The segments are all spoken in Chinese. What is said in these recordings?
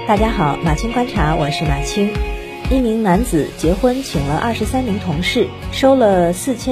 大家好，马青观察，我是马青。一名男子结婚请了23名同事，收了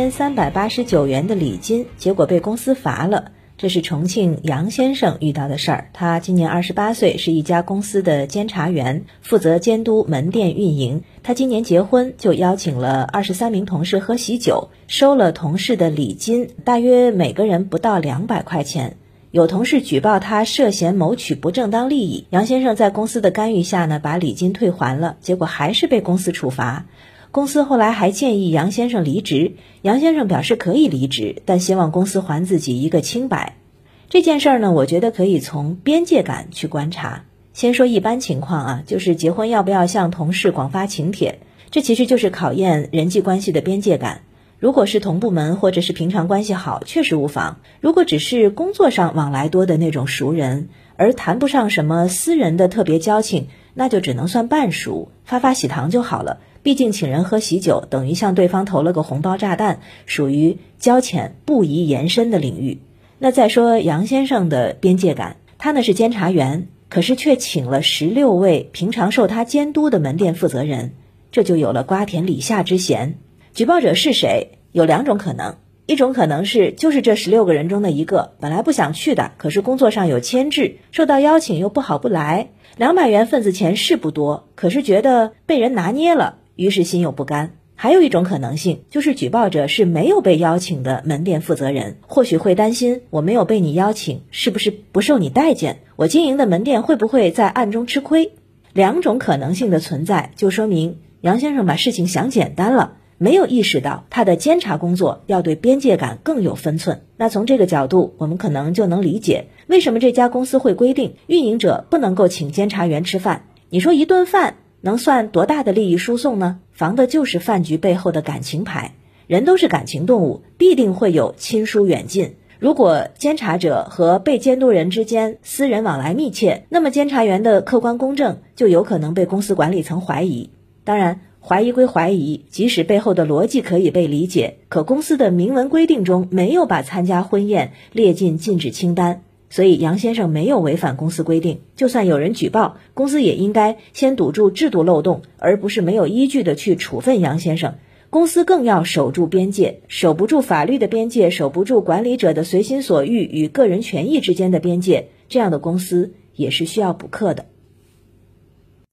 4389元的礼金，结果被公司罚了。这是重庆杨先生遇到的事儿。他今年28岁，是一家公司的监察员，负责监督门店运营。他今年结婚就邀请了23名同事喝喜酒，收了同事的礼金，大约每个人不到200块钱。有同事举报他涉嫌谋取不正当利益，杨先生在公司的干预下呢，把礼金退还了，结果还是被公司处罚。公司后来还建议杨先生离职，杨先生表示可以离职，但希望公司还自己一个清白。这件事儿呢，我觉得可以从边界感去观察。先说一般情况啊，就是结婚要不要向同事广发请帖，这其实就是考验人际关系的边界感。如果是同部门或者是平常关系好，确实无妨。如果只是工作上往来多的那种熟人，而谈不上什么私人的特别交情，那就只能算半熟，发喜糖就好了。毕竟请人喝喜酒，等于向对方投了个红包炸弹，属于交浅不宜延伸的领域。那再说杨先生的边界感，他呢是监察员，可是却请了16位平常受他监督的门店负责人，这就有了瓜田李下之嫌。举报者是谁？有2种可能，一种可能是就是这16个人中的一个，本来不想去的，可是工作上有牵制，受到邀请又不好不来。200元份子钱是不多，可是觉得被人拿捏了，于是心有不甘。还有一种可能性，就是举报者是没有被邀请的门店负责人，或许会担心我没有被你邀请，是不是不受你待见？我经营的门店会不会在暗中吃亏？2种可能性的存在，就说明杨先生把事情想简单了，没有意识到他的监察工作要对边界感更有分寸。那从这个角度，我们可能就能理解为什么这家公司会规定运营者不能够请监察员吃饭。你说一顿饭能算多大的利益输送呢？防的就是饭局背后的感情牌。人都是感情动物，必定会有亲疏远近。如果监察者和被监督人之间私人往来密切，那么监察员的客观公正就有可能被公司管理层怀疑。当然，怀疑归怀疑，即使背后的逻辑可以被理解，可公司的明文规定中没有把参加婚宴列进禁止清单，所以杨先生没有违反公司规定。就算有人举报，公司也应该先堵住制度漏洞，而不是没有依据的去处分杨先生。公司更要守住边界，守不住法律的边界，守不住管理者的随心所欲与个人权益之间的边界，这样的公司也是需要补课的。